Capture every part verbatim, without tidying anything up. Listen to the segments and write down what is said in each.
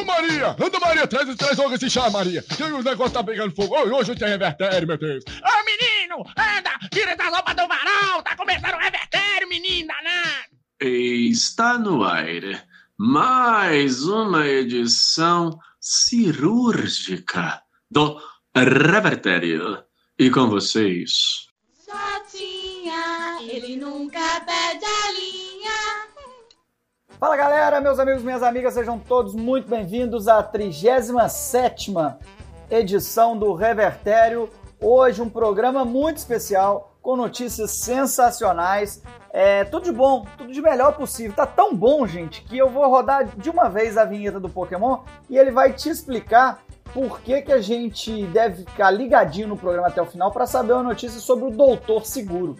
Maria! Anda, Maria, traz, traz logo esse chá, Maria. O negócio tá pegando fogo. Hoje tem revertério, meu Deus. Ô, menino, anda, tira essa roupa do varal. Tá começando o revertério, menino danado. Está no ar mais uma edição cirúrgica do Revertério. E com vocês... Jotinha, ele nunca perde a linha. Fala, galera, meus amigos, minhas amigas, sejam todos muito bem-vindos à trigésima sétima edição do Revertério. Hoje um programa muito especial, com notícias sensacionais, é, tudo de bom, tudo de melhor possível. Tá tão bom, gente, que eu vou rodar de uma vez a vinheta do Pokémon e ele vai te explicar por que, que a gente deve ficar ligadinho no programa até o final para saber uma notícia sobre o Doutor Seguro.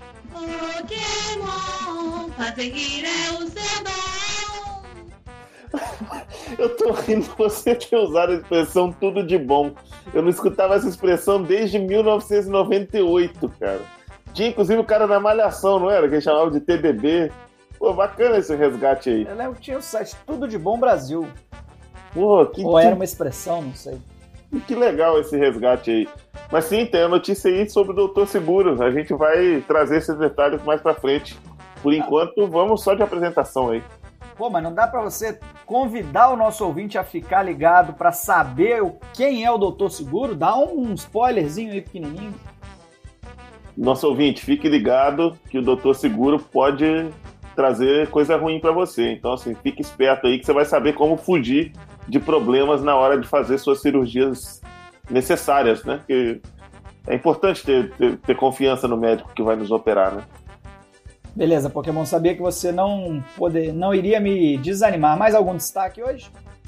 Pokémon, fazer rir é o seu dom. Eu tô rindo você ter usado a expressão tudo de bom. Eu não escutava essa expressão desde mil novecentos e noventa e oito, cara. Tinha inclusive o cara da Malhação, não era? Que eles chamavam de T B B. Pô, bacana esse resgate aí. Eu lembro que tinha o site Tudo de Bom Brasil. Pô, que, Ou era uma expressão, não sei. Que legal esse resgate aí. Mas sim, tem a notícia aí sobre o Doutor Seguro. A gente vai trazer esses detalhes mais pra frente. Por enquanto, vamos só de apresentação aí. Pô, mas não dá pra você convidar o nosso ouvinte a ficar ligado pra saber quem é o Doutor Seguro? Dá um spoilerzinho aí pequenininho. Nosso ouvinte, fique ligado que o Doutor Seguro pode trazer coisa ruim pra você. Então, assim, fique esperto aí que você vai saber como fugir de problemas na hora de fazer suas cirurgias necessárias, né? Porque é importante ter, ter, ter confiança no médico que vai nos operar, né? Beleza, Pokémon, sabia que você não, poder, não iria me desanimar. Mais algum destaque hoje?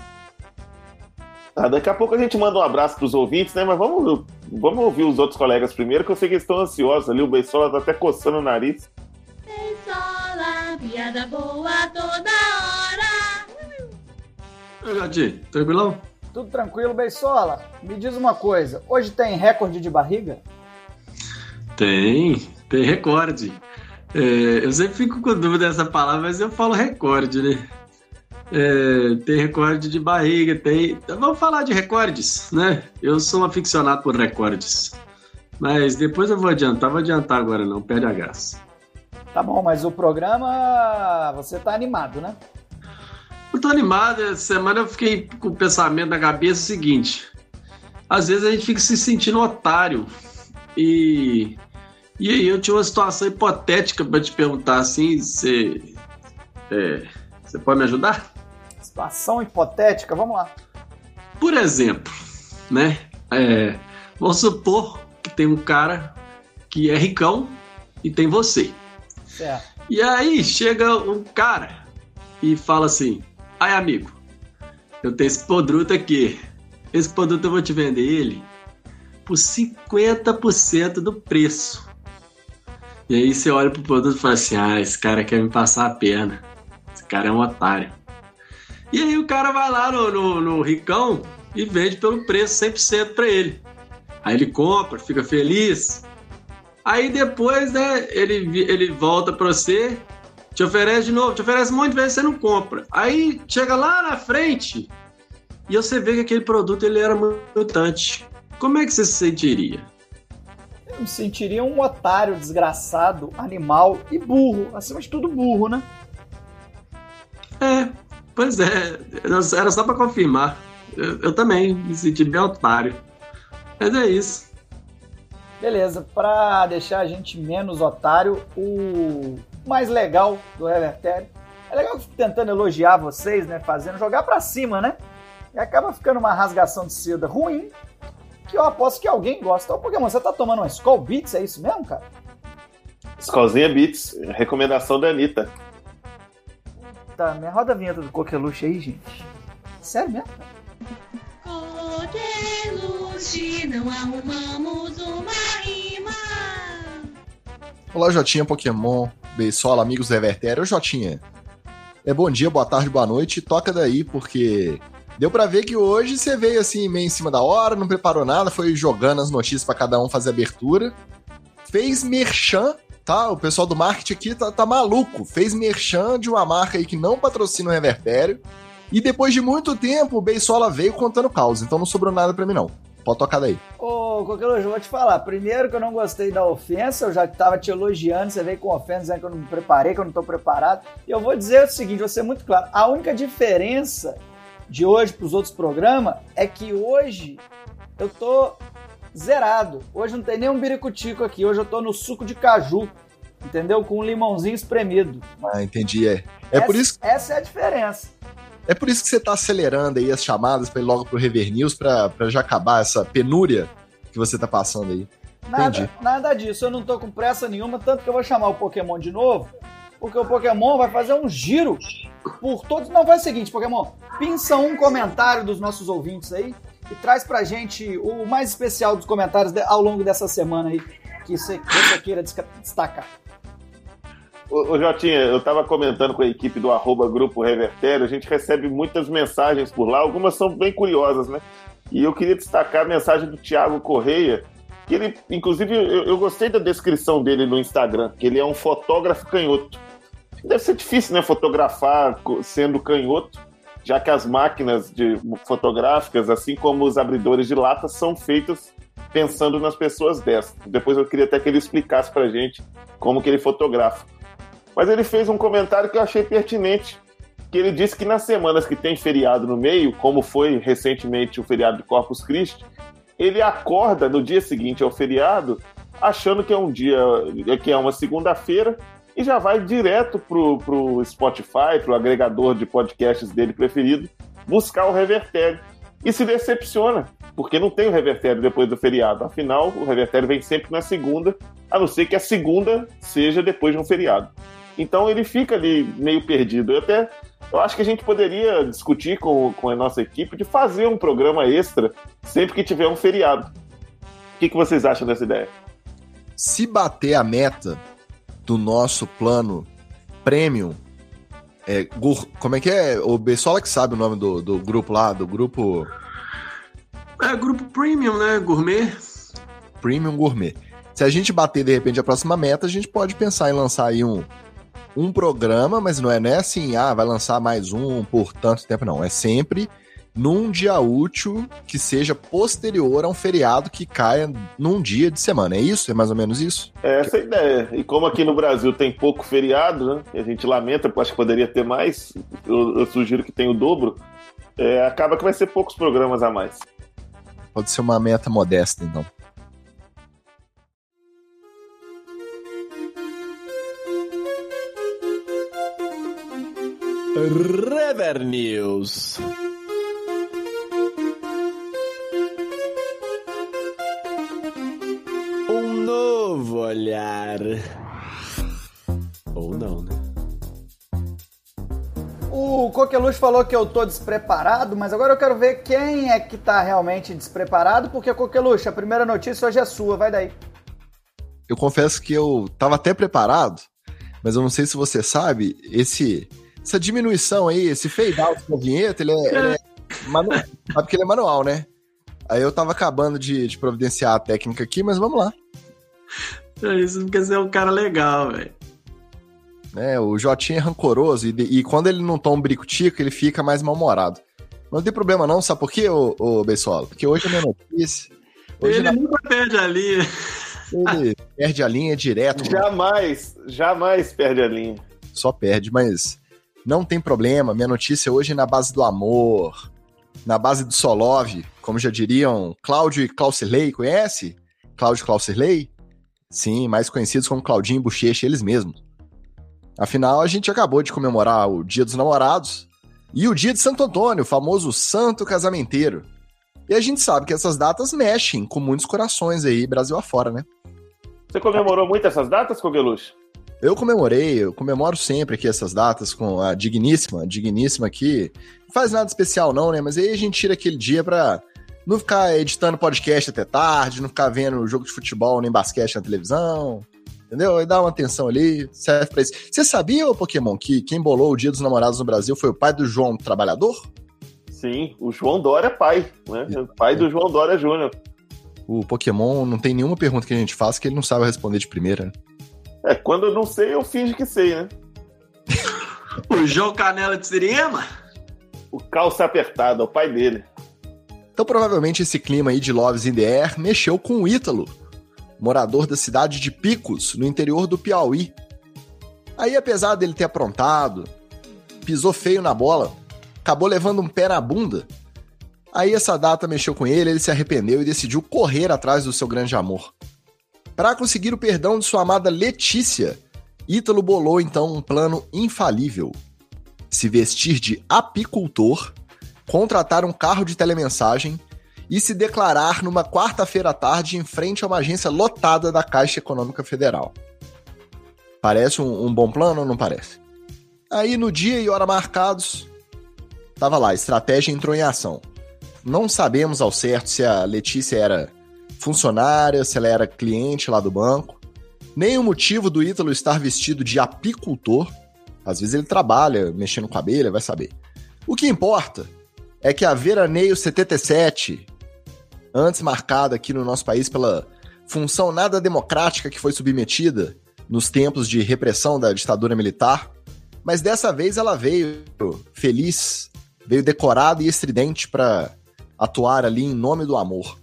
Ah, daqui a pouco a gente manda um abraço pros ouvintes, né? Mas vamos, vamos ouvir os outros colegas primeiro, que eu sei que eles estão ansiosos ali. O Beisola tá até coçando o nariz. Beisola, piada boa toda hora. Oi, Jotinho, tranquilão? Tudo tranquilo, Beisola. Me diz uma coisa, hoje tem recorde de barriga? Tem, tem recorde. É, eu sempre fico com dúvida dessa palavra, mas eu falo recorde, né? É, tem recorde de barriga, tem... Vamos falar de recordes, né? Eu sou um aficionado por recordes. Mas depois eu vou adiantar, vou adiantar agora não, perde a graça. Tá bom, mas o programa... Você tá animado, né? Eu tô animado, essa semana eu fiquei com o pensamento na cabeça o seguinte. Às vezes a gente fica se sentindo otário. E... E aí eu tinha uma situação hipotética pra te perguntar assim, você... É, você pode me ajudar? Situação hipotética, vamos lá. Por exemplo, né? É, vamos supor que tem um cara que é ricão e tem você. Certo. E aí chega um cara e fala assim, ai amigo, eu tenho esse produto aqui. Esse produto eu vou te vender ele por cinquenta por cento do preço. E aí você olha pro produto e fala assim, ah, esse cara quer me passar a perna. Esse cara é um otário. E aí o cara vai lá no, no, no Ricão e vende pelo preço cem por cento pra ele. Aí ele compra, fica feliz. Aí depois, né, ele, ele volta pra você, te oferece de novo, te oferece muito, vezes você não compra. Aí chega lá na frente e você vê que aquele produto ele era mutante. Como é que você se sentiria? Eu me sentiria um otário, desgraçado, animal e burro. Acima de tudo, burro, né? É, pois é. Era só pra confirmar. Eu, eu também me senti bem otário. Mas é isso. Beleza, pra deixar a gente menos otário, o mais legal do Revertério. É legal que eu fico tentando elogiar vocês, né? Fazendo jogar pra cima, né? E acaba ficando uma rasgação de seda ruim, que eu aposto que alguém gosta. Ô, Pokémon, você tá tomando uma Skol Beats, é isso mesmo, cara? Skolzinha Beats, recomendação da Anitta. Tá, me roda a vinheta do Coqueluche aí, gente. Sério mesmo? Coqueluche, não arrumamos uma rima. Olá, Jotinha, Pokémon, Beisola, amigos do Revertério. Ô, Jotinha, é bom dia, boa tarde, boa noite. Toca daí, porque... Deu pra ver que hoje você veio assim, meio em cima da hora, não preparou nada, foi jogando as notícias pra cada um fazer abertura. Fez merchan, tá? O pessoal do marketing aqui tá, tá maluco. Fez merchan de uma marca aí que não patrocina o Revertério. E depois de muito tempo, o Beisola veio contando caos, então não sobrou nada pra mim, não. Pode tocar daí. Ô, Coqueluche, eu vou te falar. Primeiro que eu não gostei da ofensa, eu já tava te elogiando, você veio com ofensa, dizendo que eu não me preparei, que eu não tô preparado. E eu vou dizer o seguinte, vou ser muito claro. A única diferença de hoje pros outros programas é que hoje eu tô zerado. Hoje não tem nenhum biricutico aqui, hoje eu tô no suco de caju, entendeu? Com um limãozinho espremido. Ah, entendi, é. É essa, por isso... essa é a diferença. É por isso que você tá acelerando aí as chamadas pra ir logo pro Rever News, pra, pra já acabar essa penúria que você tá passando aí. Nada, Entendi. nada disso, eu não tô com pressa nenhuma, tanto que eu vou chamar o Pokémon de novo, porque o Pokémon vai fazer um giro por todos... Não, faz o seguinte, Pokémon, pinça um comentário dos nossos ouvintes aí e traz pra gente o mais especial dos comentários de, ao longo dessa semana aí, que você, que você queira destacar. Ô, ô Jotinha, eu tava comentando com a equipe do arroba Grupo Revertério, a gente recebe muitas mensagens por lá, algumas são bem curiosas, né? E eu queria destacar a mensagem do Thiago Correia, que ele, inclusive, eu, eu gostei da descrição dele no Instagram, que ele é um fotógrafo canhoto. Deve ser difícil, né, fotografar sendo canhoto, já que as máquinas de fotográficas, assim como os abridores de lata, são feitas pensando nas pessoas destras. Depois eu queria até que ele explicasse pra gente como que ele fotografa. Mas ele fez um comentário que eu achei pertinente, que ele disse que nas semanas que tem feriado no meio, como foi recentemente o feriado de Corpus Christi, ele acorda no dia seguinte ao feriado achando que é um dia, que é uma segunda-feira, e já vai direto pro, pro Spotify, pro agregador de podcasts dele preferido, buscar o Revertério. E se decepciona, porque não tem o Revertério depois do feriado. Afinal, o Revertério vem sempre na segunda, a não ser que a segunda seja depois de um feriado. Então ele fica ali meio perdido. Eu até eu acho que a gente poderia discutir com, com a nossa equipe de fazer um programa extra sempre que tiver um feriado. O que, que vocês acham dessa ideia? Se bater a meta do nosso plano premium, é, gur, como é que é? O Bessola que sabe o nome do, do grupo lá, do grupo... É, grupo premium, né? Gourmet. Premium Gourmet. Se a gente bater, de repente, a próxima meta, a gente pode pensar em lançar aí um... um programa, mas não é, não é assim, ah, vai lançar mais um por tanto tempo, não. É sempre num dia útil que seja posterior a um feriado que caia num dia de semana. É isso? É mais ou menos isso? É essa a ideia. E como aqui no Brasil tem pouco feriado, né, e a gente lamenta, porque acho que poderia ter mais, eu, eu sugiro que tenha o dobro, é, acaba que vai ser poucos programas a mais. Pode ser uma meta modesta, então. Rever News. Um novo olhar. Ou não, né? O Coqueluche falou que eu tô despreparado, mas agora eu quero ver quem é que tá realmente despreparado, porque, Coqueluche, a primeira notícia hoje é sua, vai daí. Eu confesso que eu tava até preparado, mas eu não sei se você sabe, esse... essa diminuição aí, esse fade out da vinheta, ele é, ele é manual, sabe que ele é manual, né? Aí eu tava acabando de, de providenciar a técnica aqui, mas vamos lá. Isso porque você é um cara legal, velho. É, o Jotinha é rancoroso e, e quando ele não toma um bricutico, ele fica mais mal-humorado. Não tem problema não, sabe por quê, ô, ô Beisola? Porque hoje é minha notícia. Hoje ele na... nunca perde a linha. Ele perde a linha direto. Jamais, jamais perde a linha. Só perde, mas... não tem problema, minha notícia hoje é na base do amor, na base do Solove, como já diriam Cláudio e Claucirley, conhece? Cláudio e Claucirley? Sim, mais conhecidos como Claudinho e Bochecha, eles mesmos. Afinal, a gente acabou de comemorar o Dia dos Namorados e o Dia de Santo Antônio, o famoso Santo Casamenteiro. E a gente sabe que essas datas mexem com muitos corações aí, Brasil afora, né? Você comemorou muito essas datas, Coqueluche? Eu comemorei, eu comemoro sempre aqui essas datas com a digníssima, a digníssima aqui. Não faz nada especial não, né? Mas aí a gente tira aquele dia pra não ficar editando podcast até tarde, não ficar vendo jogo de futebol nem basquete na televisão, entendeu? E dá uma atenção ali, serve pra isso. Você sabia, ô Pokémon, que quem bolou o Dia dos Namorados no Brasil foi o pai do João Trabalhador? Sim, o João Dória é pai, né? O pai do João Dória Júnior. O Pokémon não tem nenhuma pergunta que a gente faça que ele não sabe responder de primeira, né? É, quando eu não sei, eu finjo que sei, né? O João Canela de Siriema? O calça apertada, o pai dele. Então provavelmente esse clima aí de Loves in the Air mexeu com o Ítalo, morador da cidade de Picos, no interior do Piauí. Aí apesar dele ter aprontado, pisou feio na bola, acabou levando um pé na bunda, aí essa data mexeu com ele, ele se arrependeu e decidiu correr atrás do seu grande amor. Para conseguir o perdão de sua amada Letícia, Ítalo bolou então um plano infalível. Se vestir de apicultor, contratar um carro de telemensagem e se declarar numa quarta-feira à tarde em frente a uma agência lotada da Caixa Econômica Federal. Parece um, um bom plano ou não parece? Aí no dia e hora marcados, tava lá, a estratégia entrou em ação. Não sabemos ao certo se a Letícia era funcionária, se ela era cliente lá do banco, nem o motivo do Ítalo estar vestido de apicultor. Às vezes ele trabalha mexendo com abelha, vai saber. O que importa é que a Veraneio setenta e sete, antes marcada aqui no nosso país pela função nada democrática que foi submetida nos tempos de repressão da ditadura militar, mas dessa vez ela veio feliz, veio decorada e estridente para atuar ali em nome do amor.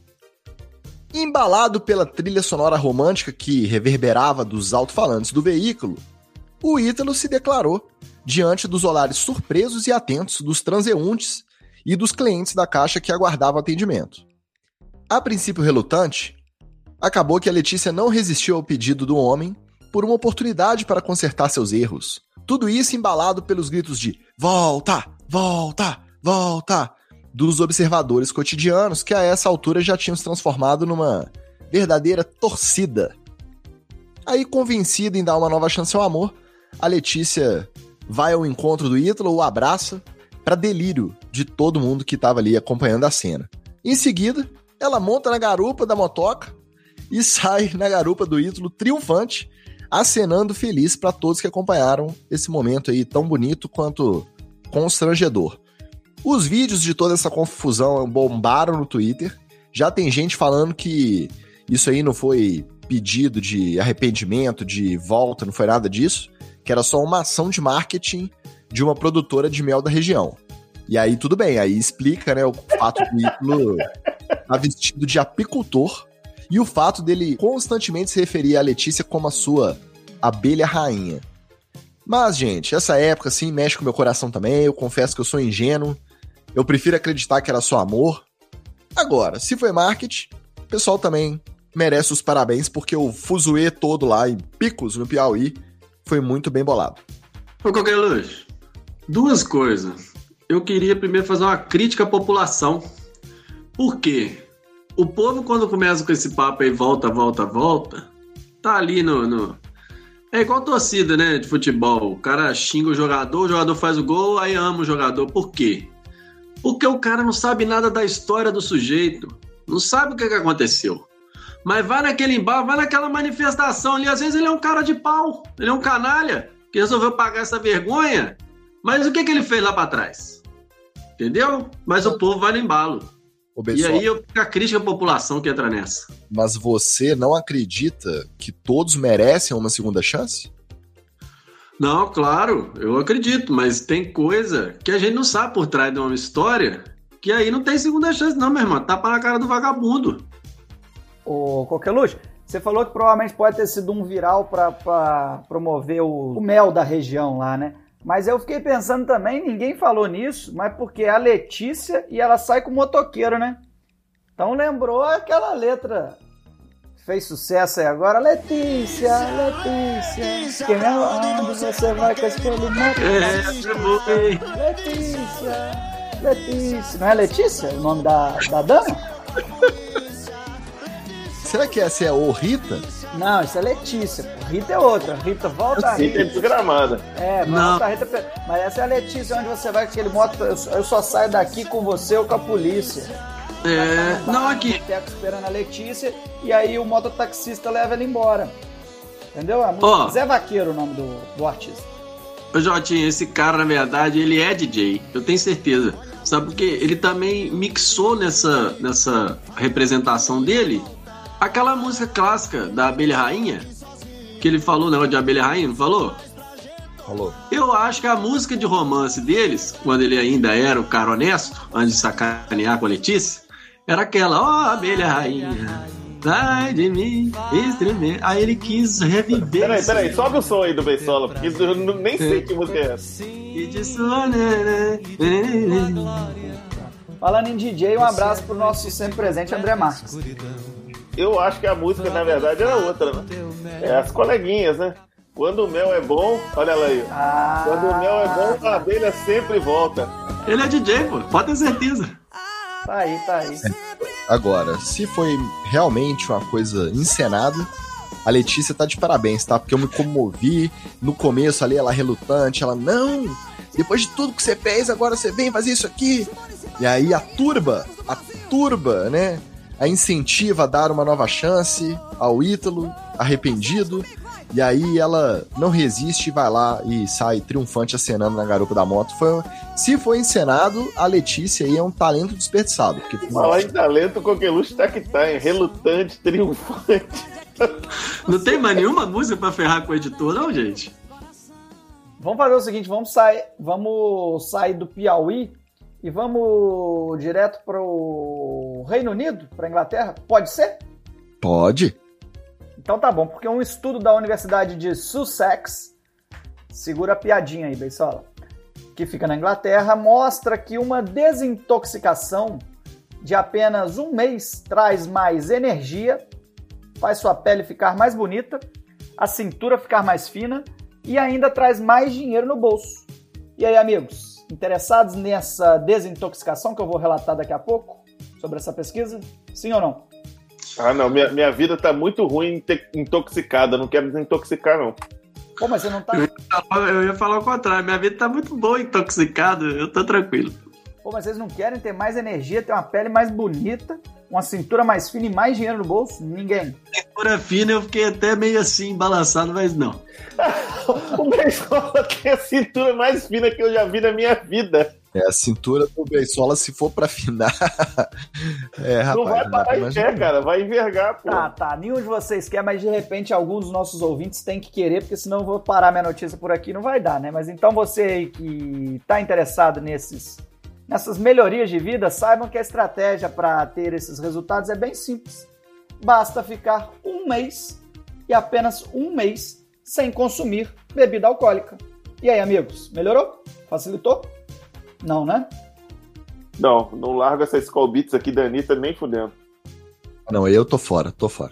Embalado pela trilha sonora romântica que reverberava dos alto-falantes do veículo, o Ítalo se declarou diante dos olhares surpresos e atentos dos transeuntes e dos clientes da Caixa que aguardavam atendimento. A princípio relutante, acabou que a Letícia não resistiu ao pedido do homem por uma oportunidade para consertar seus erros. Tudo isso embalado pelos gritos de "Volta! Volta! Volta!" dos observadores cotidianos que a essa altura já tinham se transformado numa verdadeira torcida. Aí, convencida em dar uma nova chance ao amor, a Letícia vai ao encontro do Ítalo, o abraça, para delírio de todo mundo que estava ali acompanhando a cena. Em seguida, ela monta na garupa da motoca e sai na garupa do Ítalo triunfante, acenando feliz para todos que acompanharam esse momento aí tão bonito quanto constrangedor. Os vídeos de toda essa confusão bombaram no Twitter. Já tem gente falando que isso aí não foi pedido de arrependimento, de volta, não foi nada disso, que era só uma ação de marketing de uma produtora de mel da região. E aí tudo bem, aí explica, né, o fato do Ítalo estar vestido de apicultor e o fato dele constantemente se referir a Letícia como a sua abelha rainha. Mas, gente, essa época, assim, mexe com o meu coração também, eu confesso que eu sou ingênuo, eu prefiro acreditar que era só amor. Agora, se foi marketing, o pessoal também merece os parabéns, porque o fuzuê todo lá em Picos, no Piauí, foi muito bem bolado. Ô, Coqueluche, duas coisas. Eu queria primeiro fazer uma crítica à população. Por quê? O povo, quando começa com esse papo aí, volta, volta, volta, tá ali no... no... É igual torcida, né, de futebol. O cara xinga o jogador, o jogador faz o gol, aí ama o jogador. Por quê? Porque o cara não sabe nada da história do sujeito. Não sabe o que, que aconteceu. Mas vai naquele embalo, vai naquela manifestação ali. Às vezes ele é um cara de pau, ele é um canalha, que resolveu pagar essa vergonha. Mas o que, que ele fez lá pra trás? Entendeu? Mas o povo vai no embalo. Ô, Bessola, e aí eu fico a crítica à população que entra nessa. Mas você não acredita que todos merecem uma segunda chance? Não, claro, eu acredito, mas tem coisa que a gente não sabe por trás de uma história que aí não tem segunda chance não, meu irmão. Tapa na cara do vagabundo. Ô, Coqueluche, você falou que provavelmente pode ter sido um viral para promover o, o mel da região lá, né? Mas eu fiquei pensando também, ninguém falou nisso, mas porque é a Letícia e ela sai com o motoqueiro, né? Então lembrou aquela letra, fez sucesso aí agora, Letícia, Letícia, quem é onde você vai com esse motoqueiro? É, Letícia, Letícia, não é Letícia o nome da, da dama? Será que essa é a ô Rita? Não, isso é Letícia. Rita é outra. Rita, volta a Rita Rita. é desgramada. É, volta a Rita. Mas essa é a Letícia, onde você vai com aquele moto. Eu só saio daqui com você ou com a polícia. É, não, aqui. Teco esperando a Letícia e aí o mototaxista leva ela embora. Entendeu? Ó, Zé Vaqueiro é o nome do, do artista. Ô, Jotinha, esse cara, na verdade, ele é D J. Eu tenho certeza. Sabe por quê? Ele também mixou nessa, nessa representação dele aquela música clássica da Abelha Rainha, que ele falou, negócio de Abelha Rainha, não falou? Rolou. Eu acho que a música de romance deles, quando ele ainda era o cara honesto, antes de sacanear com a Letícia, era aquela, ó, oh, abelha rainha, sai de mim, estremer. Aí ele quis reviver. Peraí, peraí, sobe o som aí do Beisola, porque eu nem sei que música é essa. E de Falando em D J, um abraço pro nosso sempre presente André Marques. Eu acho que a música, na verdade, era outra, né? É as coleguinhas, né? Quando o mel é bom, olha lá aí. Ah. Quando o mel é bom, a abelha sempre volta. Ele é D J, pô, pode ter certeza. Tá aí, tá aí. Agora, se foi realmente uma coisa encenada, a Letícia tá de parabéns, tá? Porque eu me comovi no começo ali, ela relutante, ela, não, depois de tudo que você fez, agora você vem fazer isso aqui. E aí a turba, a turba, né, a incentiva a dar uma nova chance ao Ítalo, arrependido. E aí ela não resiste e vai lá e sai triunfante acenando na garupa da moto. Foi, se foi encenado, a Letícia aí é um talento desperdiçado. Porque, falar em talento, Coqueluche tá que tá, hein? Relutante, triunfante. Não tem mais nenhuma música pra ferrar com o editor, não, gente? Vamos fazer o seguinte, vamos sair, vamos sair do Piauí e vamos direto pro Reino Unido, pra Inglaterra? Pode ser? Pode. Então tá bom, porque um estudo da Universidade de Sussex, segura a piadinha aí, Beisola, que fica na Inglaterra, mostra que uma desintoxicação de apenas um mês traz mais energia, faz sua pele ficar mais bonita, a cintura ficar mais fina e ainda traz mais dinheiro no bolso. E aí, amigos, interessados nessa desintoxicação que eu vou relatar daqui a pouco, sobre essa pesquisa? Sim ou não? Ah, não, minha, minha vida tá muito ruim, te- intoxicada, não quero desintoxicar, não. Pô, mas você não tá... Eu ia falar, eu ia falar o contrário, minha vida tá muito boa, intoxicado, eu tô tranquilo. Pô, mas vocês não querem ter mais energia, ter uma pele mais bonita, uma cintura mais fina e mais dinheiro no bolso? Ninguém. Cintura fina eu fiquei até meio assim, balançado, mas não. O Beisola tem a cintura mais fina que eu já vi na minha vida. É, a cintura do Beisola, se for pra afinar... é, rapaz, não vai não dá pra parar em imaginar. pé, cara, vai envergar, pô. Tá, tá, nenhum de vocês quer, mas de repente algum dos nossos ouvintes tem que querer, porque senão eu vou parar minha notícia por aqui, não vai dar, né? Mas então você aí que tá interessado nesses, nessas melhorias de vida, saibam que a estratégia para ter esses resultados é bem simples. Basta ficar um mês e apenas um mês sem consumir bebida alcoólica. E aí, amigos, melhorou? Facilitou? Não, né? Não, não largo essa Skol Beats aqui da Anitta nem fudendo. Não, eu tô fora, tô fora.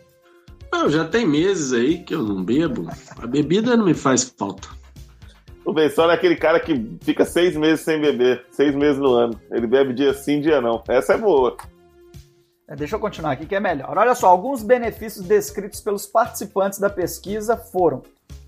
Eu já tem meses aí que eu não bebo. A bebida não me faz falta. O Beisola é aquele cara que fica seis meses sem beber, seis meses no ano. Ele bebe dia sim, dia não. Essa é boa. É, deixa eu continuar aqui que é melhor. Olha só, alguns benefícios descritos pelos participantes da pesquisa foram: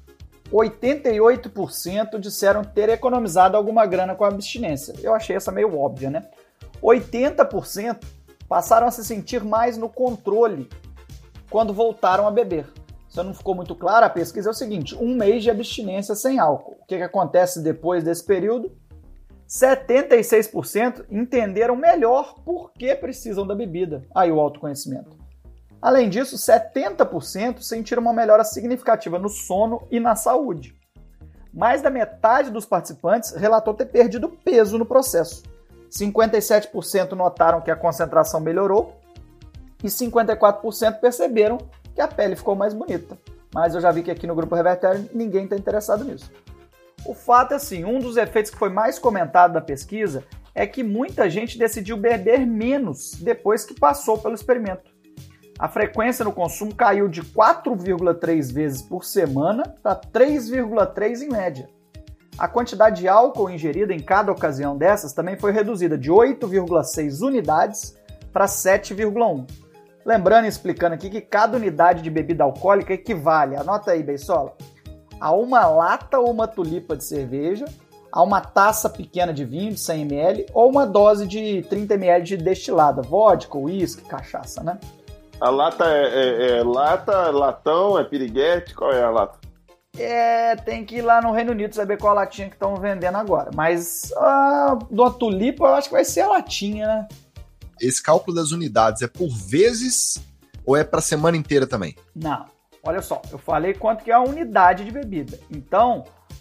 oitenta e oito por cento disseram ter economizado alguma grana com a abstinência. Eu achei essa meio óbvia, né? oitenta por cento passaram a se sentir mais no controle quando voltaram a beber. Se não ficou muito claro, a pesquisa é o seguinte: um mês de abstinência sem álcool. O que, que acontece depois desse período? setenta e seis por cento entenderam melhor por que precisam da bebida. Aí o autoconhecimento. Além disso, setenta por cento sentiram uma melhora significativa no sono e na saúde. Mais da metade dos participantes relatou ter perdido peso no processo. cinquenta e sete por cento notaram que a concentração melhorou e cinquenta e quatro por cento perceberam que a pele ficou mais bonita. Mas eu já vi que aqui no Grupo Revertério ninguém está interessado nisso. O fato é assim, um dos efeitos que foi mais comentado da pesquisa é que muita gente decidiu beber menos depois que passou pelo experimento. A frequência no consumo caiu de quatro vírgula três vezes por semana para três vírgula três em média. A quantidade de álcool ingerida em cada ocasião dessas também foi reduzida de oito vírgula seis unidades para sete vírgula um. Lembrando e explicando aqui que cada unidade de bebida alcoólica equivale, anota aí, Beisola, a uma lata ou uma tulipa de cerveja, a uma taça pequena de vinho de cem mililitros ou uma dose de trinta mililitros de destilada, vodka, uísque, cachaça, né? A lata é, é, é lata, latão, é piriguete? Qual é a lata? É, tem que ir lá no Reino Unido saber qual a latinha que estão vendendo agora. Mas a de uma tulipa eu acho que vai ser a latinha, né? Esse cálculo das unidades é por vezes ou é pra semana inteira também? Não. Olha só, eu falei quanto que é a unidade de bebida. Então,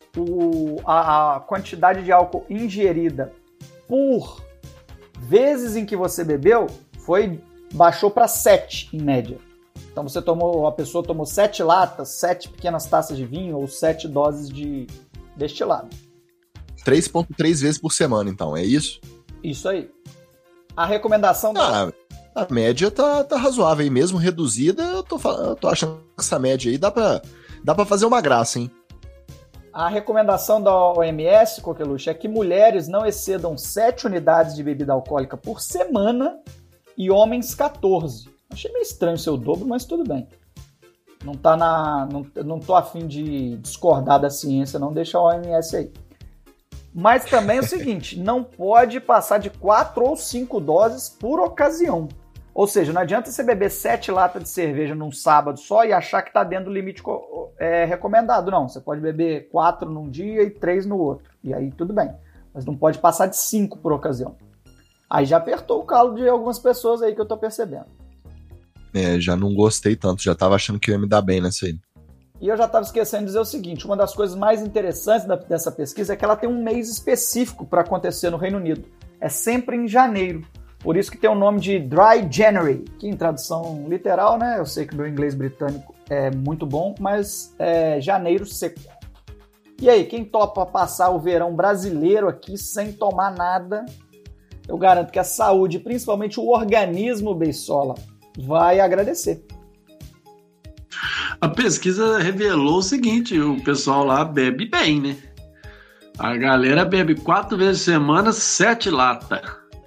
o, a, a quantidade de álcool ingerida por vezes em que você bebeu foi, baixou para sete, em média. Então você tomou, a pessoa tomou sete latas, sete pequenas taças de vinho ou sete doses de destilado. três vírgula três vezes por semana, então, é isso? Isso aí. A recomendação da... Ah, a média tá, tá razoável aí, mesmo reduzida, eu tô, eu tô achando que essa média aí dá pra, dá pra fazer uma graça, hein? A recomendação da O M S, Coqueluche, é que mulheres não excedam sete unidades de bebida alcoólica por semana e homens catorze. Achei meio estranho ser o dobro, mas tudo bem. Não, tá na, não, não tô afim de discordar da ciência, não, deixa a O M S aí. Mas também é o seguinte, não pode passar de quatro ou cinco doses por ocasião. Ou seja, não adianta você beber sete latas de cerveja num sábado só e achar que está dentro do limite é, recomendado. Não, você pode beber quatro num dia e três no outro. E aí tudo bem. Mas não pode passar de cinco por ocasião. Aí já apertou o calo de algumas pessoas aí que eu tô percebendo. É, já não gostei tanto, já tava achando que ia me dar bem nessa aí. E eu já estava esquecendo de dizer o seguinte, uma das coisas mais interessantes da, dessa pesquisa é que ela tem um mês específico para acontecer no Reino Unido. É sempre em janeiro. Por isso que tem o nome de Dry January, que em tradução literal, né? Eu sei que o meu inglês britânico é muito bom, mas é janeiro seco. E aí, quem topa passar o verão brasileiro aqui sem tomar nada, eu garanto que a saúde, principalmente o organismo, Beisola, vai agradecer. A pesquisa revelou o seguinte, o pessoal lá bebe bem, né? A galera bebe quatro vezes por semana, sete latas.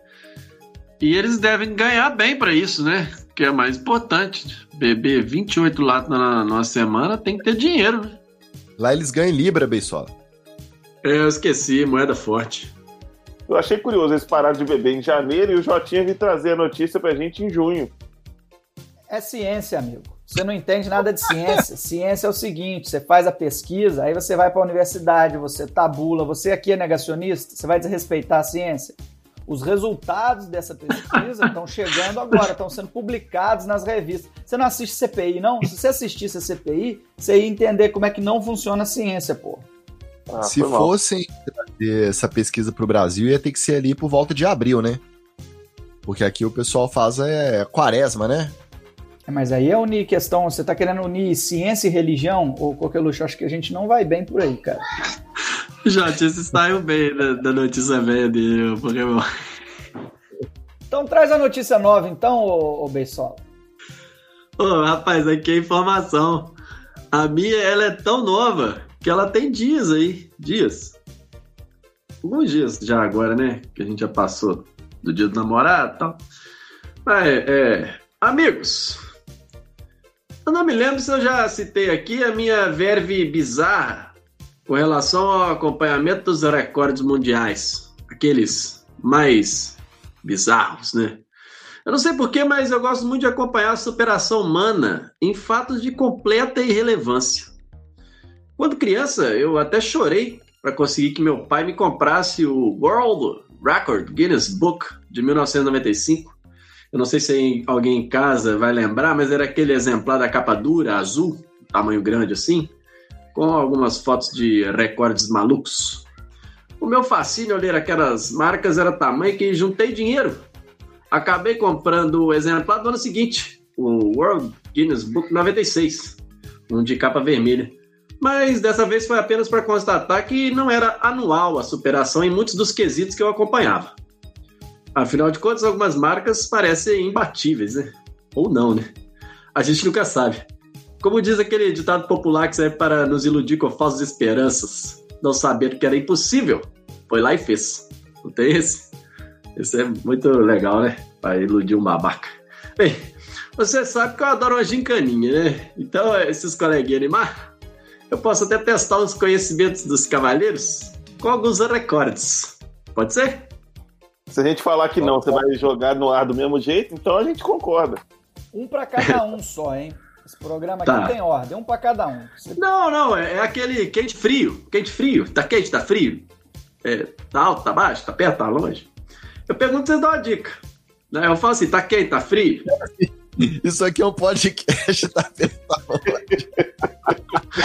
E eles devem ganhar bem para isso, né? Que é mais importante. Beber vinte e oito latas na, numa semana tem que ter dinheiro, né? Lá eles ganham em libra, Beisola. É, eu esqueci, moeda forte. Eu achei curioso, eles pararam de beber em janeiro e o Jotinha veio trazer a notícia pra gente em junho. É ciência, amigo. Você não entende nada de ciência. Ciência é o seguinte, você faz a pesquisa, aí você vai para a universidade, você tabula, você aqui é negacionista, você vai desrespeitar a ciência. Os resultados dessa pesquisa estão chegando agora, estão sendo publicados nas revistas. Você não assiste C P I, não? Se você assistisse a C P I, você ia entender como é que não funciona a ciência, pô. Ah, Se fossem trazer essa pesquisa pro Brasil, ia ter que ser ali por volta de abril, né? Porque aqui o pessoal faz é, quaresma, né? Mas aí é unir questão, você tá querendo unir ciência e religião, ou Coqueluche, acho que a gente não vai bem por aí, cara. Jotinha, você saiu bem da, da notícia velha dele, Pokémon. Então traz a notícia nova, então, ô, ô Beisola. Ô, rapaz, aqui é informação. A minha, ela é tão nova que ela tem dias aí, dias. Alguns dias já agora, né? Que a gente já passou do dia do namorado e tal. Mas, é... Amigos, eu não me lembro se eu já citei aqui a minha verve bizarra com relação ao acompanhamento dos recordes mundiais. Aqueles mais bizarros, né? Eu não sei porquê, mas eu gosto muito de acompanhar a superação humana em fatos de completa irrelevância. Quando criança, eu até chorei para conseguir que meu pai me comprasse o World Record Guinness Book de mil novecentos e noventa e cinco. Eu não sei se alguém em casa vai lembrar, mas era aquele exemplar da capa dura, azul, tamanho grande assim, com algumas fotos de recordes malucos. O meu fascínio ao ler aquelas marcas era tamanho que juntei dinheiro. Acabei comprando o exemplar do ano seguinte, o World Guinness Book noventa e seis, um de capa vermelha. Mas dessa vez foi apenas para constatar que não era anual a superação em muitos dos quesitos que eu acompanhava. Afinal de contas, algumas marcas parecem imbatíveis, né? Ou não, né? A gente nunca sabe. Como diz aquele ditado popular que serve para nos iludir com falsas esperanças, não saber que era impossível, foi lá e fez. Não tem esse? Esse é muito legal, né? Para iludir um babaca. Bem, você sabe que eu adoro uma gincaninha, né? Então, esses coleguinhas animar, eu posso até testar os conhecimentos dos cavalheiros com alguns recordes. Pode ser? Se a gente falar que não, você vai jogar no ar do mesmo jeito, então a gente concorda. Um pra cada um só, hein? Esse programa aqui Tá. tem ordem, um pra cada um. Você- Não, não, é, é aquele quente frio. Quente frio. Tá quente, tá frio? É, tá alto, tá baixo, tá perto, tá longe? Eu pergunto, vocês dão uma dica. Né? Eu falo assim, tá quente, tá frio? Isso aqui é um podcast, tá?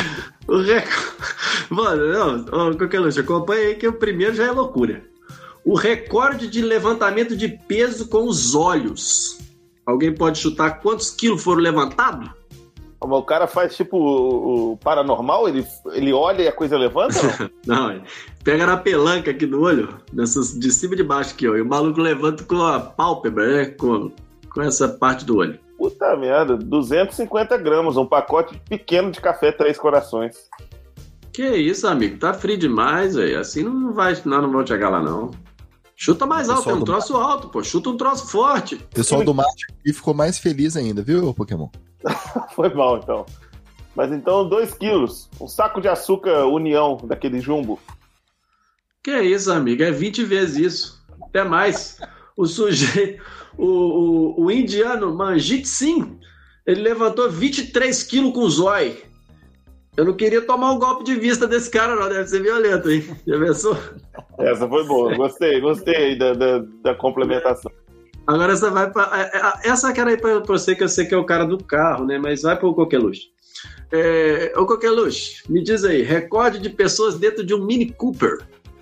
O recorde... Mano, não, ô, Coqueluche, acompanha aí que o primeiro já é loucura. O recorde de levantamento de peso com os olhos. Alguém pode chutar quantos quilos foram levantados? O cara faz tipo o, o paranormal, ele, ele olha e a coisa levanta? Não, não pega na pelanca aqui do olho, nessas, de cima e de baixo aqui, ó, e o maluco levanta com a pálpebra, né? Com, com essa parte do olho. Puta merda, duzentos e cinquenta gramas, um pacote pequeno de café Três Corações. Que isso, amigo, tá frio demais, velho. Assim não vai, não, não vou chegar lá, não. Chuta mais alto, tem um troço mar... alto, pô. Chuta um troço forte. O pessoal do Marte aqui ficou mais feliz ainda, viu, Pokémon? Foi mal, então. Mas então, dois quilos. Um saco de açúcar União, daquele jumbo. Que isso, amigo? É vinte vezes isso. Até mais. O sujeito... O, o, o indiano Manjit Singh, ele levantou vinte e três quilos com o zóio. Eu não queria tomar um golpe de vista desse cara, não. Deve ser violento, hein? Já pensou? Essa foi boa. Gostei, gostei aí da, da, da complementação. Agora essa vai pra... Essa cara aí pra você, que eu sei que é o cara do carro, né? Mas vai pro Coqueluche. É... Ô, Coqueluche, me diz aí. Recorde de pessoas dentro de um Mini Cooper.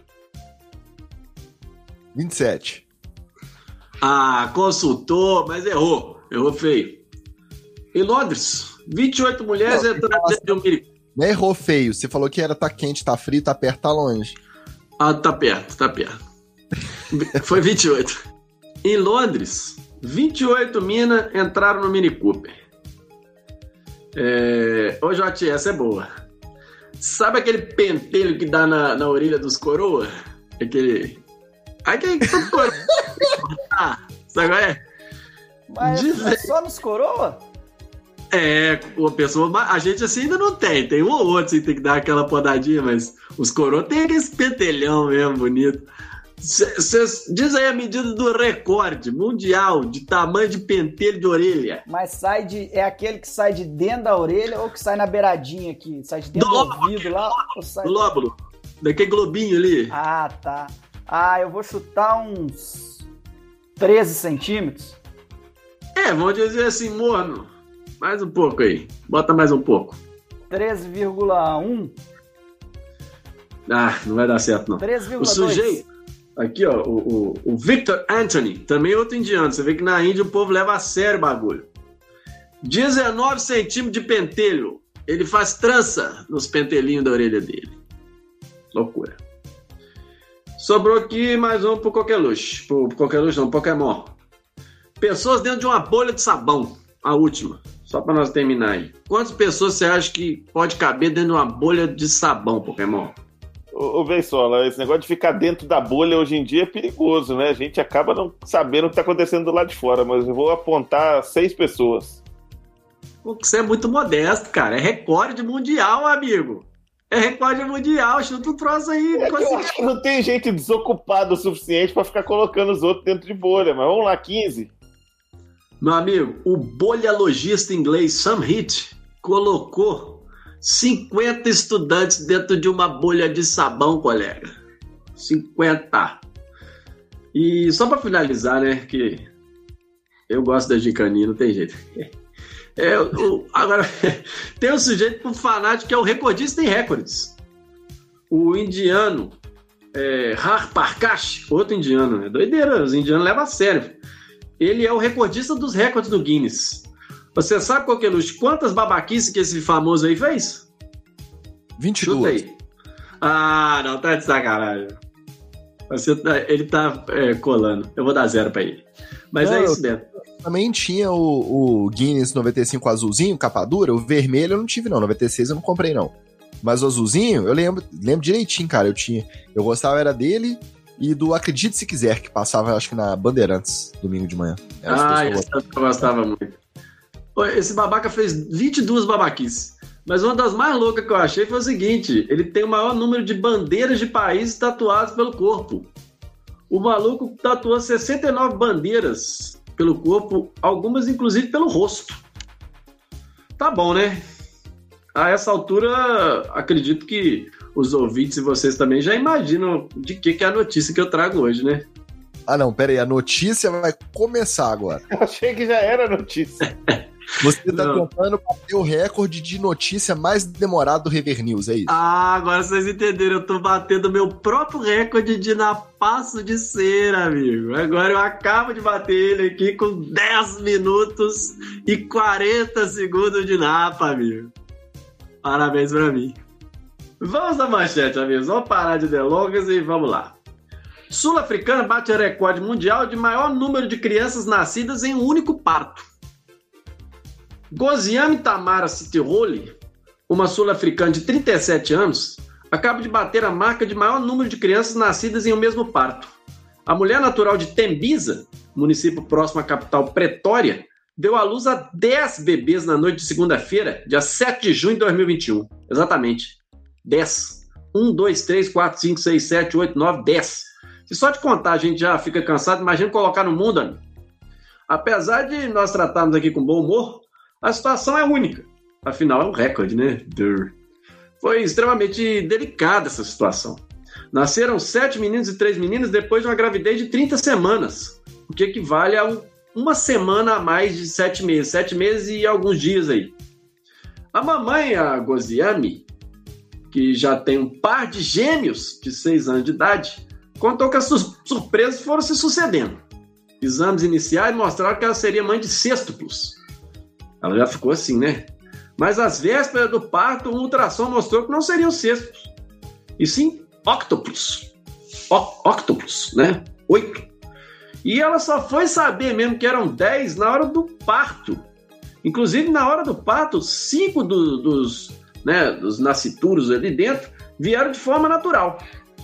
vinte e sete. Ah, consultou, mas errou. Errou feio. Em Londres, vinte e oito mulheres não, entraram dentro de um Mini Cooper. Não errou feio. Você falou que era tá quente, tá frio, tá perto, tá longe. Ah, tá perto, tá perto. Foi vinte e oito. Em Londres, vinte e oito minas entraram no Mini Cooper. É... Ô, Joti, essa é boa. Sabe aquele pentelho que dá na, na orelha dos coroa? Aquele... Aquele que tu coroa. Ah, sabe qual é? Mas Diz... é só nos coroa? É, uma pessoa... A gente assim ainda não tem. Tem um ou outro assim, tem que dar aquela podadinha, mas os coroa tem aquele pentelhão mesmo, bonito. Cês, diz aí a medida do recorde mundial de tamanho de pentelho de orelha. Mas sai de... É aquele que sai de dentro da orelha ou que sai na beiradinha aqui? Sai de dentro do, do lóbulo, ouvido lá? Ou sai... Do lóbulo. Daquele globinho ali. Ah, tá. Ah, eu vou chutar uns treze centímetros. É, vamos dizer assim, morno. Mais um pouco aí. Bota mais um pouco. treze vírgula um. Ah, não vai dar certo, não. treze vírgula dois. O sujeito... Aqui, ó, o, o, o Victor Anthony, também outro indiano. Você vê que na Índia o povo leva a sério o bagulho. dezenove centímetros de pentelho. Ele faz trança nos pentelinhos da orelha dele. Loucura. Sobrou aqui mais um pro Coqueluche. Pro, pro Coqueluche não, Pokémon. Pessoas dentro de uma bolha de sabão. A última. Só pra nós terminar aí. Quantas pessoas você acha que pode caber dentro de uma bolha de sabão, Pokémon? Ô, ô Beisola, esse negócio de ficar dentro da bolha hoje em dia é perigoso, né? A gente acaba não sabendo o que tá acontecendo do lado de fora, mas eu vou apontar seis pessoas. Pô, você é muito modesto, cara. É recorde mundial, amigo. É recorde mundial. Chuta um troço aí. É que eu acho que não tem gente desocupada o suficiente pra ficar colocando os outros dentro de bolha, mas vamos lá, quinze. Meu amigo, o bolhalogista inglês Sam Heath colocou cinquenta estudantes dentro de uma bolha de sabão, colega. cinquenta. E só para finalizar, né, que eu gosto da gicaninha, não tem jeito. É, o, agora, tem um sujeito um fanático que é o recordista em recordes. O indiano é, Har Prakash, outro indiano, né? Doideira, os indianos levam a sério. Ele é o recordista dos recordes do Guinness. Você sabe, Coqueluche, quantas babaquices que esse famoso aí fez? vinte e duas. Chuta aí. Ah, não, tá de sacanagem. Você tá, ele tá é, colando. Eu vou dar zero pra ele. Mas não, é isso mesmo. Também tinha o, o Guinness noventa e cinco azulzinho, capa dura. O vermelho eu não tive, não. noventa e seis eu não comprei, não. Mas o azulzinho, eu lembro, lembro direitinho, cara. Eu tinha. Eu gostava, era dele e do Acredite Se Quiser, que passava, acho que na Bandeirantes, domingo de manhã. Ah, esse eu gostava muito. Esse babaca fez vinte e duas babaquices. Mas uma das mais loucas que eu achei foi o seguinte: ele tem o maior número de bandeiras de países tatuadas pelo corpo. O maluco tatuou sessenta e nove bandeiras pelo corpo, algumas inclusive pelo rosto. Tá bom, né? A essa altura, acredito que os ouvintes e vocês também já imaginam de que, que é a notícia que eu trago hoje, né? Ah, não, pera aí, a notícia vai começar agora. Eu achei que já era notícia. Você tá Não. tentando bater o recorde de notícia mais demorada do Rever News, é isso? Ah, agora vocês entenderam. Eu tô batendo meu próprio recorde de na passo de cera, amigo. Agora eu acabo de bater ele aqui com dez minutos e quarenta segundos de napa, amigo. Parabéns pra mim. Vamos à manchete, amigos. Vamos parar de delongas e vamos lá. Sul-Africana bate o recorde mundial de maior número de crianças nascidas em um único parto. Goziane Tamara Citiroli, uma sul-africana de trinta e sete anos, acaba de bater a marca de maior número de crianças nascidas em um mesmo parto. A mulher natural de Tembisa, município próximo à capital Pretória, deu à luz a dez bebês na noite de segunda-feira, dia sete de junho de dois mil e vinte e um. Exatamente. dez. um, dois, três, quatro, cinco, seis, sete, oito, nove, dez. Se só de contar a gente já fica cansado, imagina colocar no mundo, amigo. Apesar de nós tratarmos aqui com bom humor, a situação é única. Afinal, é um recorde, né? Durr. Foi extremamente delicada essa situação. Nasceram sete meninos e três meninas depois de uma gravidez de trinta semanas, o que equivale a um, uma semana a mais de sete meses. Sete meses e alguns dias aí. A mamãe, a Goziane, que já tem um par de gêmeos de seis anos de idade, contou que as sur- surpresas foram se sucedendo. Exames iniciais mostraram que ela seria mãe de sextuplos. Ela já ficou assim, né? Mas às vésperas do parto, um ultrassom mostrou que não seriam sextuplos, e sim óctuplos. Ó- Óctuplos, né? Oito. E ela só foi saber mesmo que eram dez na hora do parto. Inclusive, na hora do parto, cinco do, dos, né, dos nascituros ali dentro vieram de forma natural.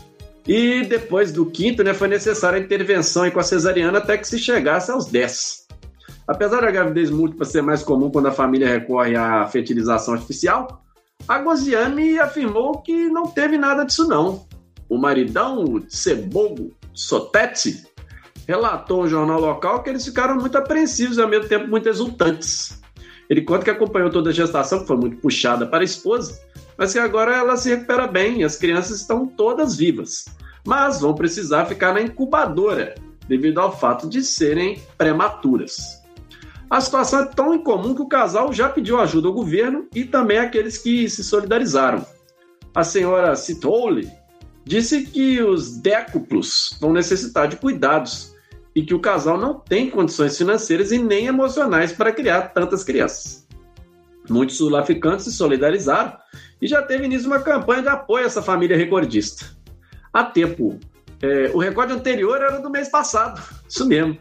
E depois do quinto, né, foi necessária a intervenção aí com a cesariana até que se chegasse aos dez. Apesar da gravidez múltipla ser mais comum quando a família recorre à fertilização artificial, a Goziane afirmou que não teve nada disso não. O maridão, o Tsebogo Sotetse, relatou ao jornal local que eles ficaram muito apreensivos e ao mesmo tempo muito exultantes. Ele conta que acompanhou toda a gestação, que foi muito puxada para a esposa, mas que agora ela se recupera bem e as crianças estão todas vivas. Mas vão precisar ficar na incubadora, devido ao fato de serem prematuras. A situação é tão incomum que o casal já pediu ajuda ao governo e também àqueles que se solidarizaram. A senhora Citroli disse que os décuplos vão necessitar de cuidados e que o casal não tem condições financeiras e nem emocionais para criar tantas crianças. Muitos sul-africanos se solidarizaram e já teve início uma campanha de apoio a essa família recordista. Há tempo, é, o recorde anterior era do mês passado, isso mesmo.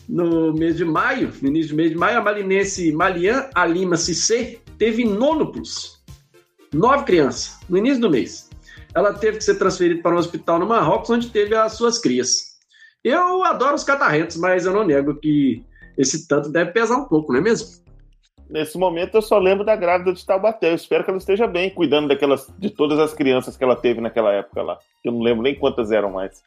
No mês de maio, no início do mês de maio, a malinense Malian Alima Cissé teve nônuplos, nove crianças, no início do mês. Ela teve que ser transferida para um hospital no Marrocos, onde teve as suas crias. Eu adoro os catarrentos, mas eu não nego que esse tanto deve pesar um pouco, não é mesmo? Nesse momento eu só lembro da grávida de Taubaté. Eu espero que ela esteja bem, cuidando daquelas, de todas as crianças que ela teve naquela época lá. Eu não lembro nem quantas eram mais.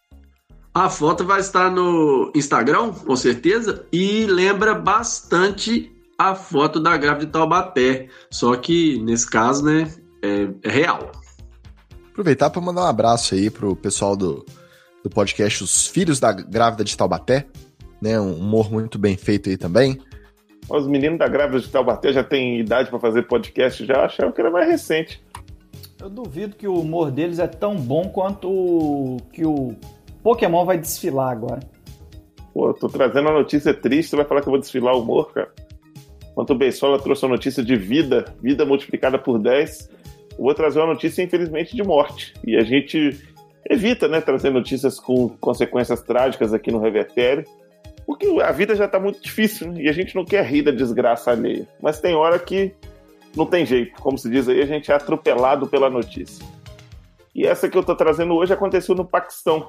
A foto vai estar no Instagram, com certeza, e lembra bastante a foto da grávida de Taubaté. Só que, nesse caso, né, é, é real. Aproveitar para mandar um abraço aí pro pessoal do, do podcast Os Filhos da Grávida de Taubaté, né? Um humor muito bem feito aí também. Os meninos da grávida de Taubaté já têm idade para fazer podcast, já acharam que era mais recente. Eu duvido que o humor deles é tão bom quanto o que o Pokémon vai desfilar agora. Pô, eu tô trazendo uma notícia triste, você vai falar que eu vou desfilar o humor, cara? Enquanto o Beisola trouxe uma notícia de vida, vida multiplicada por dez, eu vou trazer uma notícia, infelizmente, de morte. E a gente evita, né, trazer notícias com consequências trágicas aqui no Revertério, porque a vida já tá muito difícil, né? E a gente não quer rir da desgraça alheia. Mas tem hora que não tem jeito. Como se diz aí, a gente é atropelado pela notícia. E essa que eu tô trazendo hoje aconteceu no Paquistão.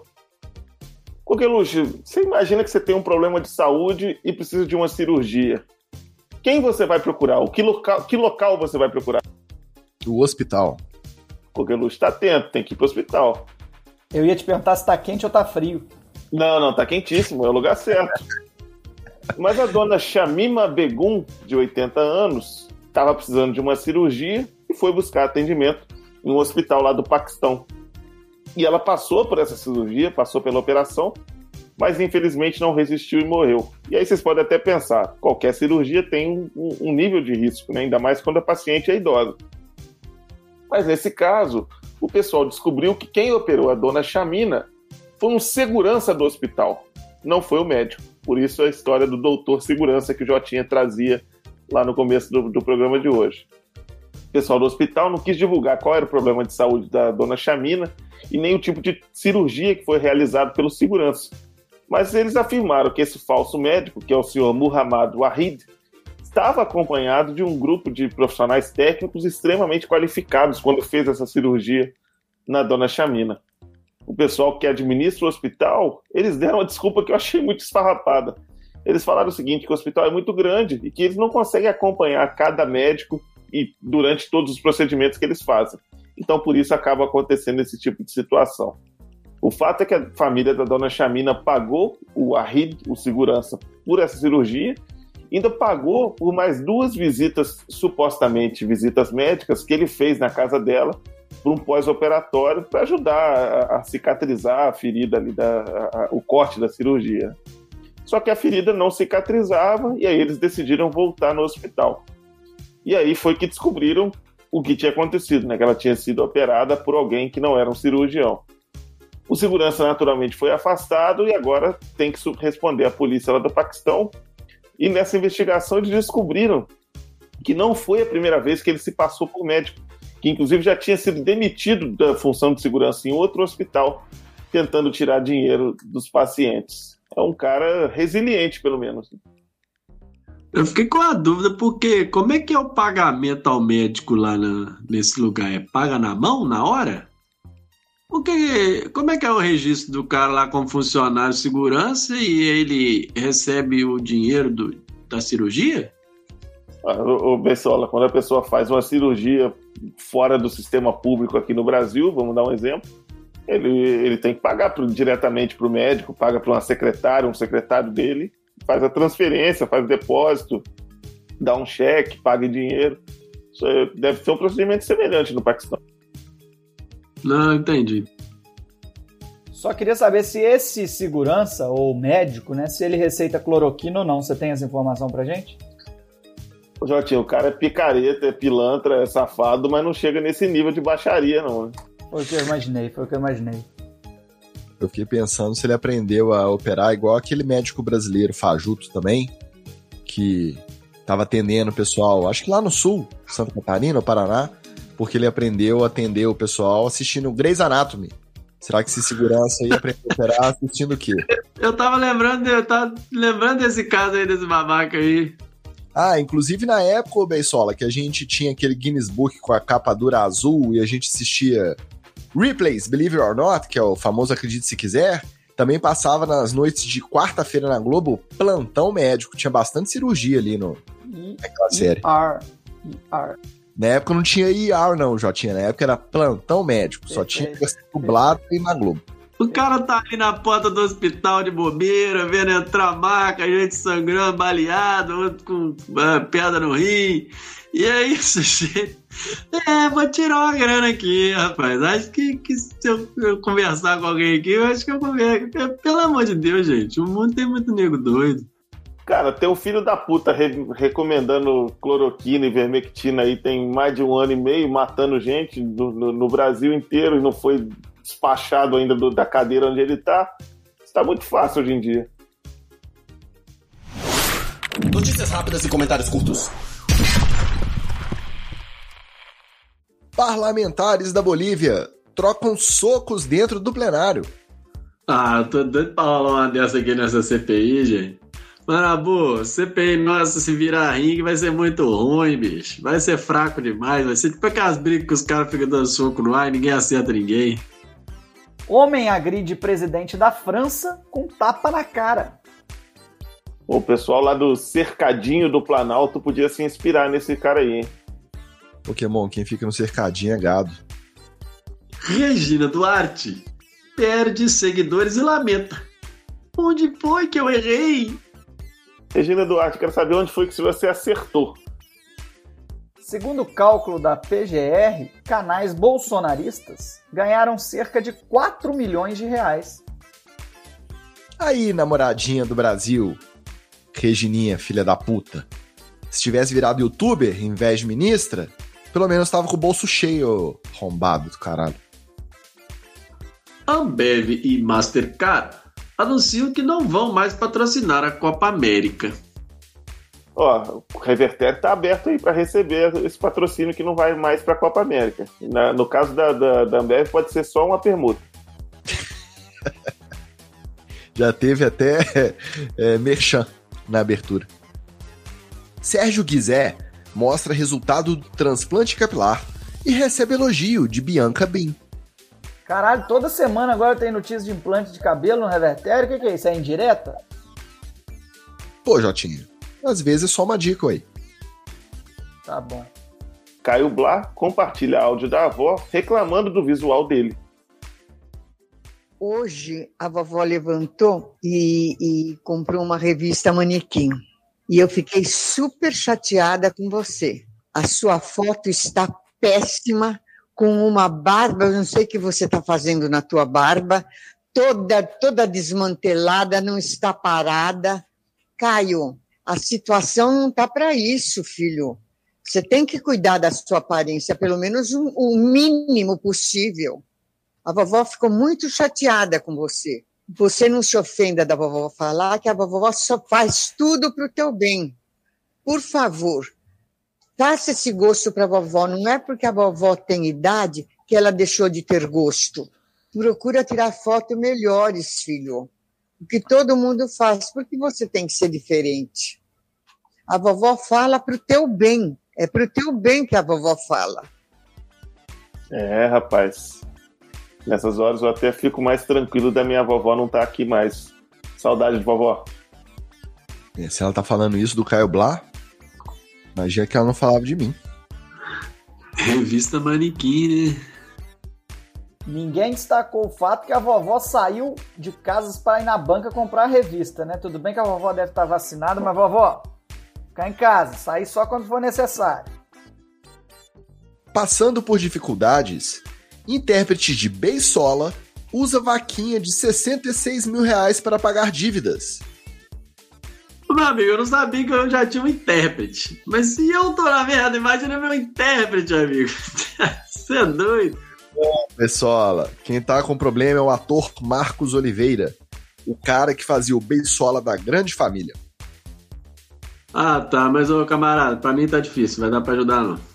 Coqueluche, você imagina que você tem um problema de saúde e precisa de uma cirurgia. Quem você vai procurar? O que local, que local você vai procurar? O hospital. Coqueluche, tá atento, tem que ir pro hospital. Eu ia te perguntar se tá quente ou tá frio. Não, não, tá quentíssimo, é o lugar certo. Mas a dona Shamima Begum, de oitenta anos, estava precisando de uma cirurgia e foi buscar atendimento em um hospital lá do Paquistão. E ela passou por essa cirurgia, passou pela operação, mas infelizmente não resistiu e morreu. E aí vocês podem até pensar, qualquer cirurgia tem um, um nível de risco, né? Ainda mais quando a paciente é idosa. Mas nesse caso, o pessoal descobriu que quem operou a dona Chamina foi um segurança do hospital, não foi o médico. Por isso a história do doutor segurança que o Jotinha trazia lá no começo do, do programa de hoje. O pessoal do hospital não quis divulgar qual era o problema de saúde da dona Chamina e nem o tipo de cirurgia que foi realizado pelo segurança. Mas eles afirmaram que esse falso médico, que é o senhor Muhammad Wahid, estava acompanhado de um grupo de profissionais técnicos extremamente qualificados quando fez essa cirurgia na dona Chamina. O pessoal que administra o hospital, eles deram uma desculpa que eu achei muito esfarrapada. Eles falaram o seguinte, que o hospital é muito grande e que eles não conseguem acompanhar cada médico e durante todos os procedimentos que eles fazem. Então, por isso, acaba acontecendo esse tipo de situação. O fato é que a família da dona Chamina pagou o Wahid, o segurança, por essa cirurgia, ainda pagou por mais duas visitas, supostamente visitas médicas, que ele fez na casa dela, para um pós-operatório, para ajudar a, a cicatrizar a ferida ali, da, a, a, o corte da cirurgia. Só que a ferida não cicatrizava e aí eles decidiram voltar no hospital. E aí foi que descobriram o que tinha acontecido, né? Que ela tinha sido operada por alguém que não era um cirurgião. O segurança naturalmente foi afastado e agora tem que responder à polícia lá do Paquistão. E nessa investigação eles descobriram que não foi a primeira vez que ele se passou por médico, que inclusive já tinha sido demitido da função de segurança em outro hospital, tentando tirar dinheiro dos pacientes. É um cara resiliente, pelo menos. Eu fiquei com a dúvida, porque como é que é o pagamento ao médico lá na, nesse lugar? É paga na mão, na hora? Porque, como é que é o registro do cara lá como funcionário de segurança e ele recebe o dinheiro do, da cirurgia? Ô, Bessola, quando a pessoa faz uma cirurgia fora do sistema público aqui no Brasil, vamos dar um exemplo, ele, ele tem que pagar pro, diretamente para o médico, paga para uma secretária, um secretário dele, faz a transferência, faz o depósito, dá um cheque, paga em dinheiro. Isso deve ser um procedimento semelhante no Paquistão. Não, entendi. Só queria saber se esse segurança ou médico, né, se ele receita cloroquina ou não. Você tem essa informação pra gente? Ô, Jotinho, o cara é picareta, é pilantra, é safado, mas não chega nesse nível de baixaria, não. Né? Foi o que eu imaginei, foi o que eu imaginei. Eu fiquei pensando se ele aprendeu a operar igual aquele médico brasileiro fajuto também, que estava atendendo o pessoal, acho que lá no sul, Santa Catarina ou Paraná, porque ele aprendeu a atender o pessoal assistindo Grey's Anatomy. Será que esse segurança aí aprendeu a operar assistindo o quê? Eu tava lembrando, eu tava lembrando desse caso aí, desse babaca aí. Ah, inclusive na época, ô Beisola, que a gente tinha aquele Guinness Book com a capa dura azul e a gente assistia Replays, Believe It or Not, que é o famoso Acredite Se Quiser, também passava nas noites de quarta-feira na Globo Plantão Médico. Tinha bastante cirurgia ali no, naquela série. E R. E R. Na época não tinha I R não, Jotinha. Na época era Plantão Médico. Só tinha que ser dublado e na Globo. O cara tá ali na porta do hospital de bobeira, vendo entrar maca, gente sangrando, baleado, outro com uh, pedra no rim. E aí, sujeito... É, vou tirar uma grana aqui, rapaz. Acho que, que se eu, eu conversar com alguém aqui, eu acho que eu converso. Pelo amor de Deus, gente, o mundo tem muito nego doido. Cara, tem um filho da puta re- recomendando cloroquina e vermectina aí tem mais de um ano e meio, matando gente no, no, no Brasil inteiro e não foi despachado ainda do, da cadeira onde ele tá. Isso tá muito fácil hoje em dia. Notícias rápidas e comentários curtos. Parlamentares da Bolívia trocam socos dentro do plenário. Ah, eu tô doido pra rolar uma dessa aqui nessa C P I, gente. Marabu, C P I nossa, se virar ringue vai ser muito ruim, bicho. Vai ser fraco demais. Vai ser tipo aquelas brigas que os caras ficam dando soco no ar e ninguém acerta ninguém. Homem agride presidente da França com tapa na cara. O pessoal lá do cercadinho do Planalto podia se inspirar nesse cara aí, hein? Pokémon, quem fica no cercadinho é gado. Regina Duarte perde seguidores e lamenta. Onde foi que eu errei? Regina Duarte, quero saber onde foi que você acertou. Segundo o cálculo da P G R, canais bolsonaristas ganharam cerca de quatro milhões de reais. Aí, namoradinha do Brasil, Regininha, filha da puta, se tivesse virado youtuber em vez de ministra, pelo menos tava com o bolso cheio, arrombado do caralho. Ambev e Mastercard anunciam que não vão mais patrocinar a Copa América. Ó, o Revertério tá aberto aí para receber esse patrocínio que não vai mais para a Copa América. Na, no caso da, da, da Ambev, pode ser só uma permuta. Já teve até é, merchan na abertura. Sérgio Guizé mostra resultado do transplante capilar e recebe elogio de Bianca Bin. Caralho, toda semana agora tem notícia de implante de cabelo no Revertério. O que, que é isso? É indireta? Pô, Jotinha, às vezes é só uma dica aí. Tá bom. Caio Blá compartilha áudio da avó reclamando do visual dele. Hoje a vovó levantou e, e comprou uma revista Manequim. E eu fiquei super chateada com você. A sua foto está péssima, com uma barba, eu não sei o que você está fazendo na tua barba, toda, toda desmantelada, não está parada. Caio, a situação não está para isso, filho. Você tem que cuidar da sua aparência, pelo menos o, o mínimo possível. A vovó ficou muito chateada com você. Você não se ofenda da vovó falar que a vovó só faz tudo para o teu bem. Por favor, faça esse gosto para a vovó. Não é porque a vovó tem idade que ela deixou de ter gosto. Procura tirar fotos melhores, filho. O que todo mundo faz. Por que você tem que ser diferente? A vovó fala para o teu bem. É para o teu bem que a vovó fala. É, rapaz. Nessas horas eu até fico mais tranquilo da minha vovó não estar aqui mais. Saudade de vovó. E se ela tá falando isso do Caio Blá, imagina que ela não falava de mim. Revista Manequim, né? Ninguém destacou o fato que a vovó saiu de casas para ir na banca comprar a revista, né? Tudo bem que a vovó deve estar vacinada, mas vovó, ficar em casa, sair só quando for necessário. Passando por dificuldades, intérprete de Beisola usa vaquinha de sessenta e seis mil reais para pagar dívidas. Meu amigo, eu não sabia que eu já tinha um intérprete. Mas se eu tô na merda, imagina meu intérprete, amigo. Você é doido. Bom, Beisola, quem tá com problema é o ator Marcos Oliveira, o cara que fazia o Beisola da Grande Família. Ah, tá, mas ô camarada, pra mim tá difícil, vai dar pra ajudar não.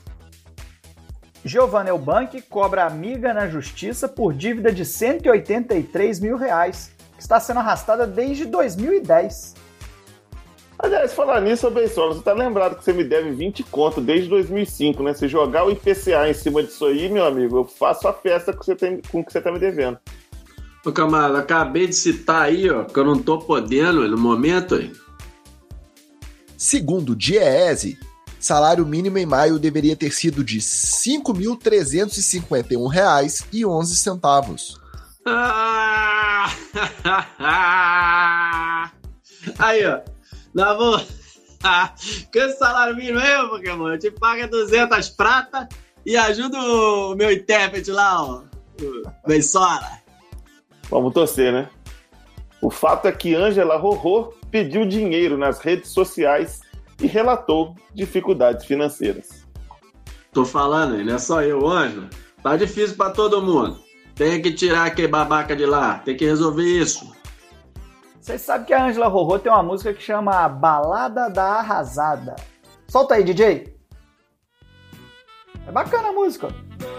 Giovanna Elbank cobra amiga na justiça por dívida de cento e oitenta e três mil reais, que está sendo arrastada desde dois mil e dez. Aliás, falar nisso, ô Beisola, você tá lembrado que você me deve vinte conto desde dois mil e cinco, né? Se jogar o I P C A em cima disso aí, meu amigo, eu faço a festa que você tem, com que você tá me devendo. Ô camarada, acabei de citar aí, ó, que eu não tô podendo no momento aí. Segundo o Diese, salário mínimo em maio deveria ter sido de cinco mil trezentos e cinquenta e um reais e onze centavos. Ah! Aí, ó. Na boa. Com esse salário mínimo aí, Pokémon, eu te pago duzentas prata e ajuda o meu intérprete lá, ó. O Beisola. Vamos torcer, né? O fato é que Ângela Rorô pediu dinheiro nas redes sociais e relatou dificuldades financeiras. Tô falando, não é só eu, Ângela. Tá difícil pra todo mundo. Tem que tirar aquele babaca de lá. Tem que resolver isso. Vocês sabem que a Ângela Rorô tem uma música que chama Balada da Arrasada. Solta aí, D J. É bacana a música.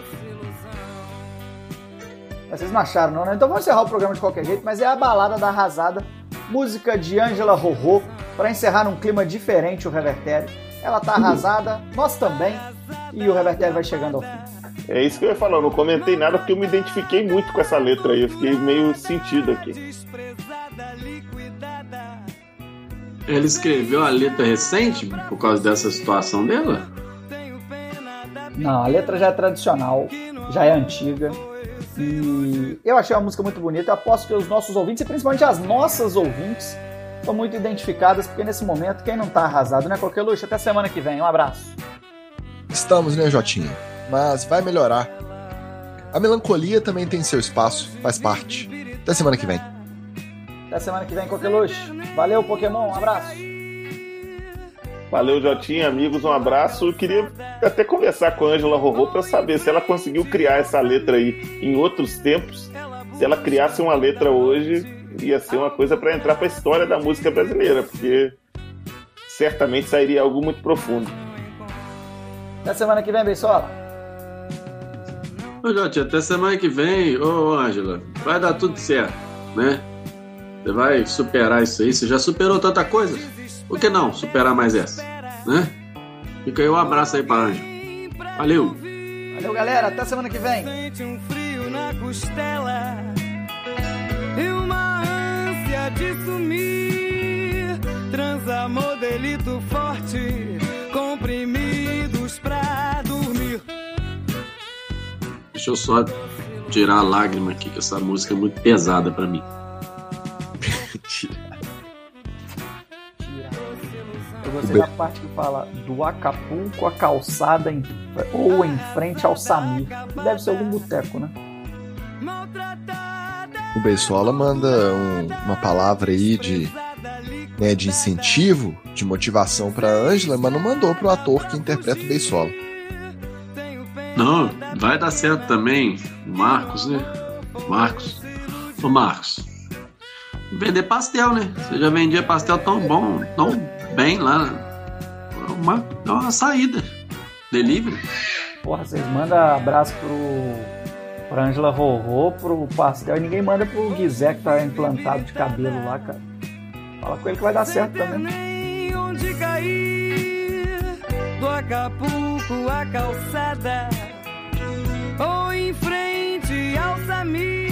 Vocês não acharam, não, né? Então vamos encerrar o programa de qualquer jeito, mas é a Balada da Arrasada, música de Ângela Rorô, para encerrar num clima diferente o Revertério. Ela tá arrasada, nós também, e o Revertério vai chegando ao fim. É isso que eu ia falar, eu não comentei nada porque eu me identifiquei muito com essa letra aí, eu fiquei meio sentido aqui. Ela escreveu a letra recente por causa dessa situação dela? Não, a letra já é tradicional, já é antiga. E eu achei a música muito bonita. Eu aposto que os nossos ouvintes, e principalmente as nossas ouvintes, estão muito identificadas, porque nesse momento, quem não tá arrasado, né? Qualquer luxo. Até semana que vem. Um abraço. Estamos, né, Jotinha? Mas vai melhorar. A melancolia também tem seu espaço, faz parte. Até semana que vem. Até semana que vem, Coqueluche. Valeu, Pokémon. Um abraço. Valeu, Jotinha, amigos, um abraço. Eu queria até conversar com a Ângela Rorô para saber se ela conseguiu criar essa letra aí em outros tempos. Se ela criasse uma letra hoje, ia ser uma coisa para entrar para a história da música brasileira, porque certamente sairia algo muito profundo. Até semana que vem, Beisola. Ô, Jotinha, até semana que vem, ô, Ângela, vai dar tudo certo, né? Você vai superar isso aí. Você já superou tanta coisa. Por que não superar mais essa, né? Fica aí um abraço aí pra Ângela. Valeu. Valeu, galera. Até semana que vem. Sente um frio na costela e uma ânsia de sumir. Transa modelito forte, comprimidos pra dormir. Deixa eu só tirar a lágrima aqui, que essa música é muito pesada pra mim. Eu gostei da parte que fala do Acapulco à calçada em, ou em frente ao Samir. Deve ser algum boteco, né? O Beisola manda um, uma palavra aí de, né, de incentivo, de motivação pra Ângela, mas não mandou pro ator que interpreta o Beisola. Não, vai dar certo também. Marcos, né? Marcos. Ô, Marcos. Vender pastel, né? Você já vendia pastel tão bom, tão bem lá. Uma, é uma saída. Delivery. Porra, vocês mandam abraço pro pra Ângela Rorô, pro pastel, e ninguém manda pro Guizé que tá implantado de cabelo lá, cara. Fala com ele que vai dar certo também. Onde cair, do Acapulco à calçada, ou em frente ao Samir.